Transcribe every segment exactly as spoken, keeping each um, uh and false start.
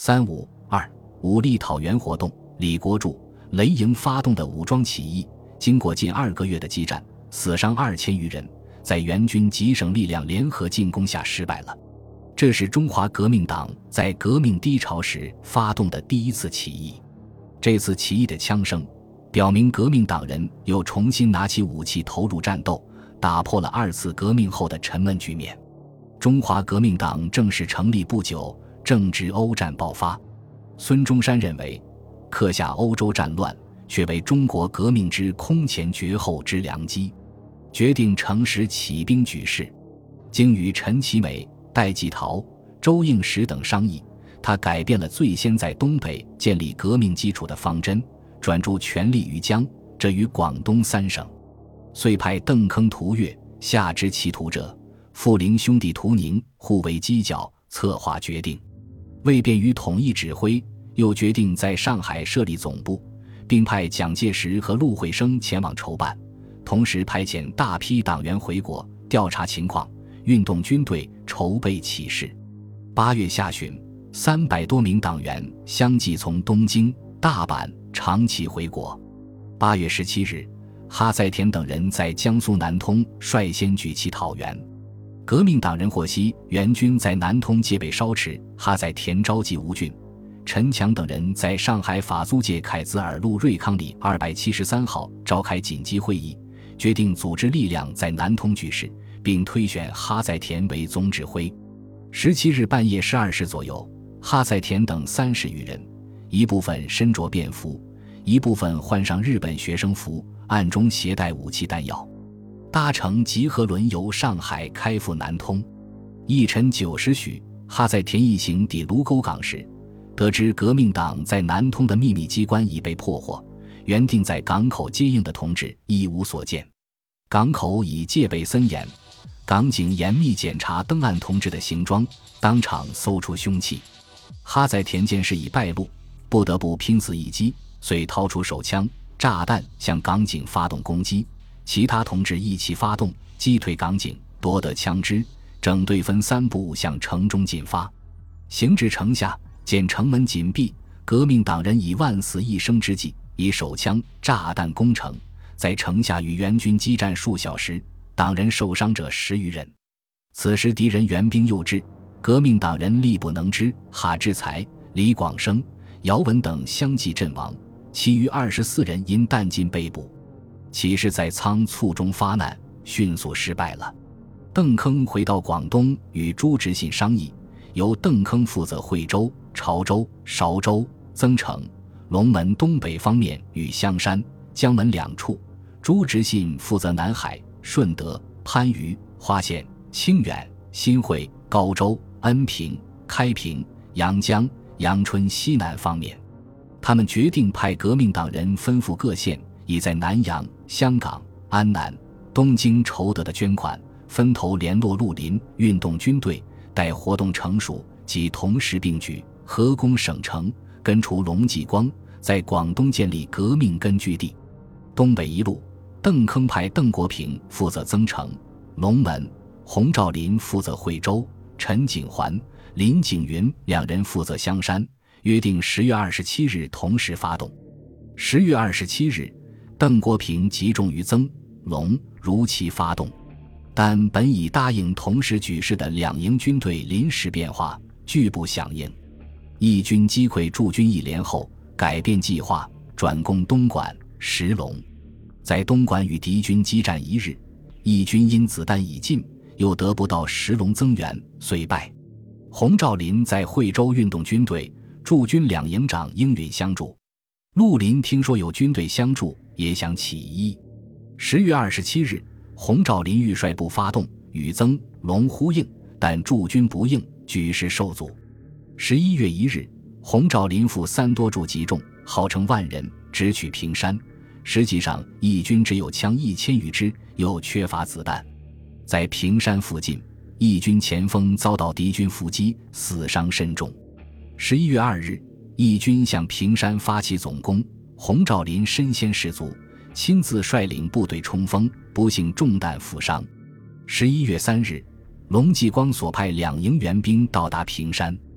三五二武力讨袁活动，李国柱、雷营发动的武装起义，经过近二个月的激战，死伤二千余人，在袁军几省力量联合进攻下失败了。这是中华革命党在革命低潮时发动的第一次起义。这次起义的枪声表明革命党人又重新拿起武器投入战斗，打破了二次革命后的沉闷局面。中华革命党正式成立不久，正值欧战爆发。孙中山认为，克下欧洲战乱却为中国革命之空前绝后之良机，决定乘时起兵举事。经与陈其美、戴季陶、周应时等商议，他改变了最先在东北建立革命基础的方针，转注全力于江浙与广东三省，遂派邓铿、涂越、下之其徒者，傅林兄弟涂宁互为犄角，策划决定。为便于统一指挥，又决定在上海设立总部，并派蒋介石和陆惠生前往筹办，同时派遣大批党员回国调查情况，运动军队，筹备起事。八月下旬，三百多名党员相继从东京、大阪、长崎回国。八月十七日，哈再田等人在江苏南通率先举旗讨袁。革命党人获悉袁军在南通戒备稍迟，哈再田召集吴俊、陈强等人在上海法租界凯兹尔路瑞康里二百七十三号召开紧急会议，决定组织力量在南通举事，并推选哈再田为总指挥。十七日半夜十二时左右，哈再田等三十余人，一部分身着便服，一部分换上日本学生服，暗中携带武器弹药，搭乘集合轮由上海开赴南通。翌晨九时许，哈再田一行抵卢沟港时，得知革命党在南通的秘密机关已被破获，原定在港口接应的同志一无所见。港口已戒备森严，港警严密检查登岸同志的行装，当场搜出凶器。哈再田见事已败露，不得不拼死一击，遂掏出手枪、炸弹向港警发动攻击，其他同志一起发动，击退港警，夺得枪支，整队分三步向城中进发。行至城下，见城门紧闭，革命党人以万死一生之计，以手枪、炸弹攻城，在城下与袁军激战数小时，党人受伤者十余人。此时敌人援兵又至，革命党人力不能支，哈志才、李广生、姚文等相继阵亡，其余二十四人因弹尽被捕。起事在仓促中发难，迅速失败了。邓铿回到广东与朱执信商议，由邓铿负责惠州、潮州、韶州、增城、龙门东北方面与香山、江门两处，朱执信负责南海、顺德、番禺、花县、清远、新会、高州、恩平、开平、阳江、阳春西南方面。他们决定派革命党人分赴各县，以在南洋、香港、安南、东京筹得的捐款分头联络绿林运动军队，待活动成熟即同时并举，合攻省城，根除龙继光，在广东建立革命根据地。东北一路，邓铿派邓国平负责增城、龙门，洪兆麟负责惠州，陈景环、林景云两人负责香山，约定十月二十七日同时发动。十月二十七日，邓国平集中于增、龙、如期发动，但本已答应同时举事的两营军队临时变化，拒不响应。义军击溃驻军一连后，改变计划，转攻东莞、石龙。在东莞与敌军激战一日，义军因子弹已尽，又得不到石龙增援，遂败。洪兆麟在惠州运动军队，驻军两营长应允相助。陆林听说有军队相助，也想起义。十月二十七日，洪兆麟欲率部发动，与增、龙呼应，但驻军不应，举事受阻。十一月一日，洪兆麟赴三多处集中，号称万人，直取平山。实际上义军只有枪一千余支，又缺乏子弹。在平山附近，义军前锋遭到敌军伏击，死伤甚重。十一月二日，义军向平山发起总攻，洪兆麟身先士卒，亲自率领部队冲锋，不幸中弹负伤。十一月三日，龙继光所派两营援兵到达平山。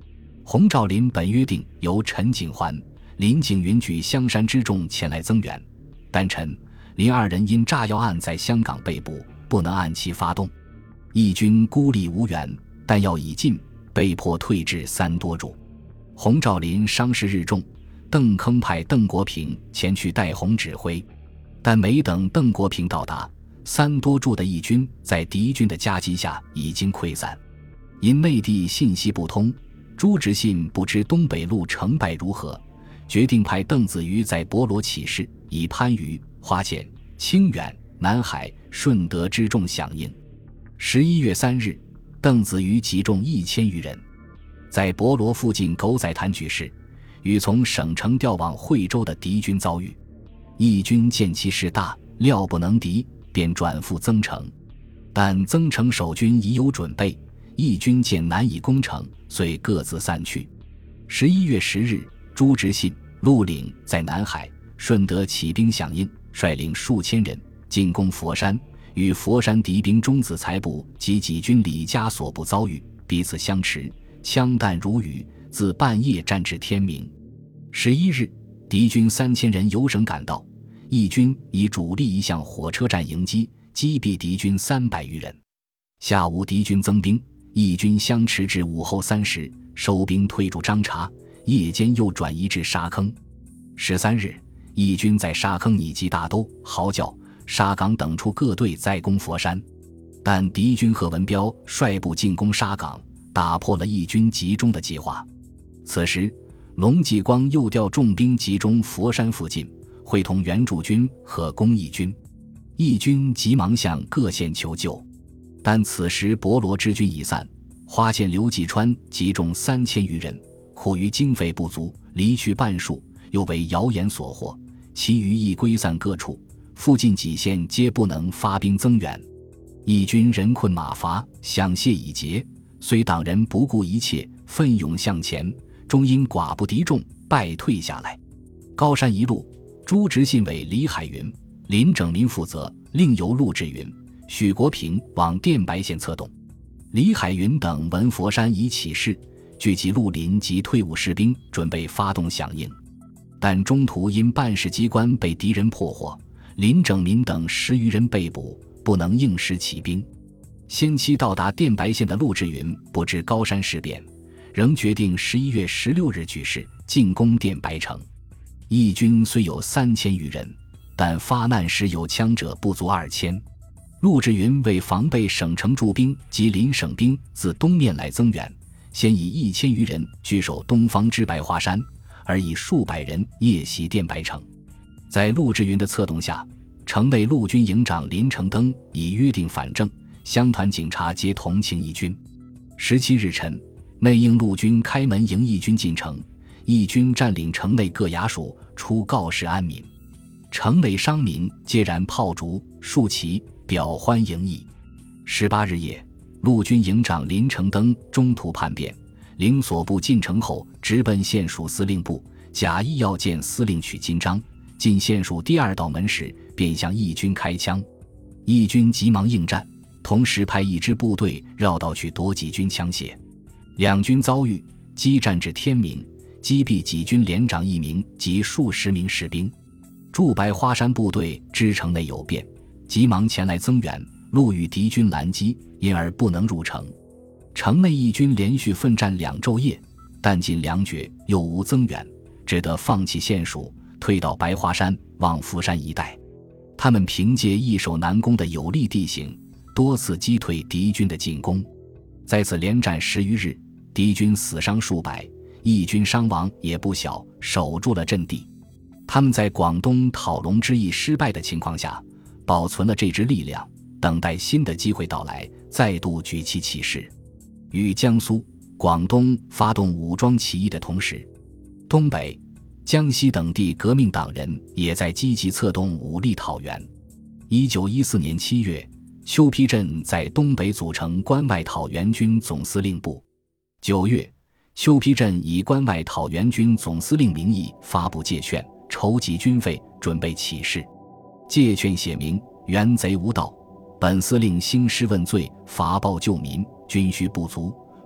洪兆麟本约定由陈景环、林景云举香山之众前来增援，但陈、林二人因炸药案在香港被捕，不能按期发动。义军孤立无援，弹药已尽，被迫退至三多驻。洪兆麟伤势日重，邓铿派邓国平前去代洪指挥，但没等邓国平到达，三多驻的义军在敌军的夹击下已经溃散。因内地信息不通，朱执信不知东北路成败如何，决定派邓子瑜在博罗起事，以番禺、花县、清远、南海、顺德之众响应。十一月三日，邓子瑜集众一千余人，在博罗附近狗仔潭举事，与从省城调往惠州的敌军遭遇。义军见其势大，料不能敌，便转赴增城，但增城守军已有准备，义军见难以攻城，遂各自散去。十一月十日，朱执信、陆岭在南海、顺德起兵响应，率领数千人进攻佛山，与佛山敌兵中子才部及己军李家所部遭遇，彼此相持，枪弹如雨，自半夜战至天明。十一日，敌军三千人由省赶到，义军以主力移向火车站迎击，击毙敌军三百余人。下午敌军增兵，义军相持至午后三时，收兵退驻张察，夜间又转移至沙坑。十三日，义军在沙坑拟击大兜、嚎叫、沙岗等处各队再攻佛山，但敌军贺文彪率部进攻沙岗，打破了义军集中的计划。此时龙继光又调重兵集中佛山附近，会同援助军和攻义军。义军急忙向各县求救，但此时博罗之军已散，花县刘继川集众三千余人，苦于经费不足，离去半数，又为谣言所惑，其余亦归散各处，附近几县皆不能发兵增援。义军人困马乏，饷械已竭，虽党人不顾一切，奋勇向前，终因寡不敌众，败退下来。高山一路，朱执信为李海云、林整民负责，另由陆志云、许国平往电白县策动。李海云等闻佛山已起事，聚集绿林及退伍士兵，准备发动响应，但中途因办事机关被敌人破获，林整民等十余人被捕，不能应时起兵。先期到达电白县的陆志云不知高山事变，仍决定十一月十六日举事，进攻电白城。义军虽有三千余人，但发难时有枪者不足二千。陆志云为防备省城驻兵及邻省兵自东面来增援，先以一千余人据守东方之白华山，而以数百人夜袭电白城。在陆志云的策动下，城内陆军营长林承登已约定反正，乡团警察皆同情义军。十七日晨，内应陆军开门迎义军进城，义军占领城内各衙署，出告示安民。城内商民皆燃炮竹、竖旗，表欢迎义。十八日夜，陆军营长林承登中途叛变，领所部进城后，直奔县署司令部，假意要见司令取金章。进县署第二道门时，便向义军开枪。义军急忙应战，同时派一支部队绕道去夺己军枪械。两军遭遇，激战至天明，击毙己军连长一名及数十名士兵。驻白花山部队知城内有变，急忙前来增援，路遇敌军拦击，因而不能入城。城内义军连续奋战两昼夜，弹尽粮绝，又无增援，只得放弃县署，退到白花山、望夫山一带。他们凭借易守难攻的有利地形，多次击退敌军的进攻。在此连战十余日，敌军死伤数百，义军伤亡也不小，守住了阵地。他们在广东讨龙之役失败的情况下，保存了这支力量，等待新的机会到来，再度举旗起事。与江苏、广东发动武装起义的同时，东北、江西等地革命党人也在积极策动武力讨袁。一九一四年七月，邱丕镇在东北组成关外讨袁军总司令部。九月，邱丕镇以关外讨袁军总司令名义发布借券，筹集军费，准备起事。借券写明：袁贼无道，本司令兴师问罪，伐暴救民，军需不足，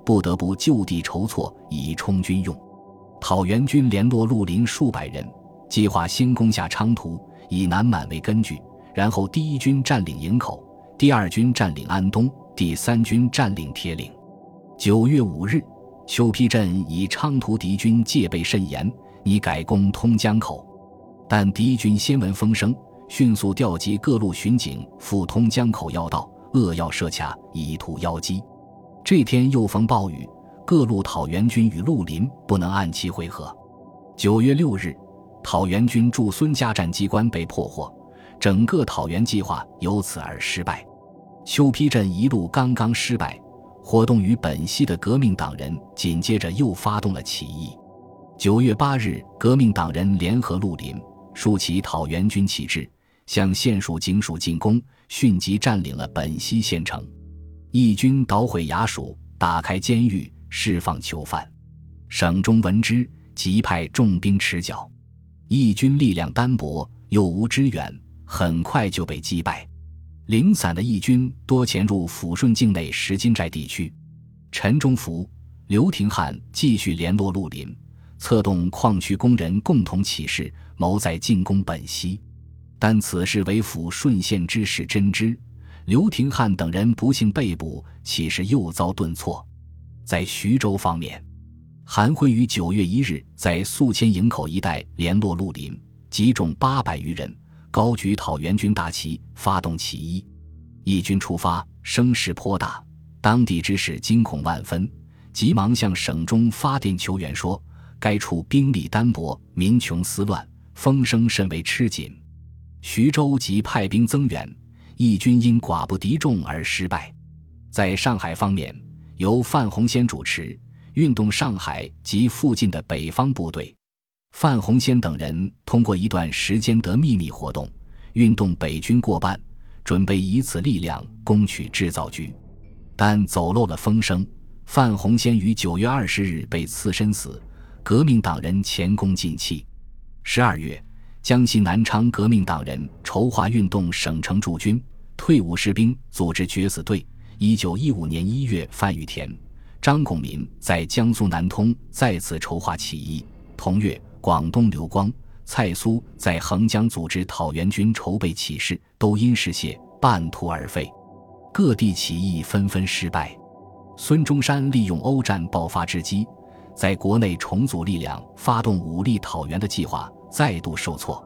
不得不就地筹措以充军用。讨袁军联络绿林数百人，计划先攻下昌图，以南满为根据，然后第一军占领营口，第二军占领安东，第三军占领铁岭。九月五日，邱丕镇以昌图敌军戒备甚严，拟改攻通江口，但敌军先闻风声，迅速调集各路巡警赴通江口要道，扼要设卡，以图邀击。这天又逢暴雨，各路讨袁军与绿林不能按期会合。九月六日，讨袁军驻孙家战机关被破获，整个讨袁计划由此而失败。邱丕镇一路刚刚失败，活动于本溪的革命党人紧接着又发动了起义。九月八日，革命党人联合绿林，竖起讨袁军旗帜，向县属警署进攻，迅即占领了本溪县城。义军捣毁衙署，打开监狱，释放囚犯。省中闻之，即派重兵持剿。义军力量单薄，又无支援，很快就被击败。零散的义军多潜入抚顺境内石金寨地区。陈忠福、刘廷翰继续联络绿林，策动矿区工人共同起事，谋在进攻本溪。但此事为抚顺县知事真知，刘廷翰等人不幸被捕，起事又遭顿挫。在徐州方面，韩辉于九月一日在宿迁营口一带联络绿林，集众八百余人，高举讨袁军大旗，发动起义。义军出发，声势颇大，当地知事惊恐万分，急忙向省中发电求援说，该处兵力单薄，民穷思乱，风声甚为吃紧。徐州即派兵增援，义军因寡不敌众而失败。在上海方面，由范洪先主持，运动上海及附近的北方部队。范洪先等人通过一段时间的秘密活动，运动北军过半，准备以此力量攻取制造局，但走漏了风声。范洪先于九月二十日被刺身死，革命党人前功尽弃。十二月，江西南昌革命党人筹划运动省城驻军，退伍士兵组织决死队。一九一五年一月，范玉田、张拱民在江苏南通再次筹划起义。同月，广东刘光、蔡苏在横江组织讨袁军筹备起事，都因失懈半途而废。各地起义纷纷失败。孙中山利用欧战爆发之机，在国内重组力量，发动武力讨袁的计划再度受挫。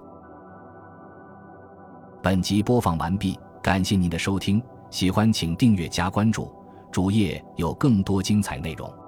本集播放完毕，感谢您的收听，喜欢请订阅加关注，主页有更多精彩内容。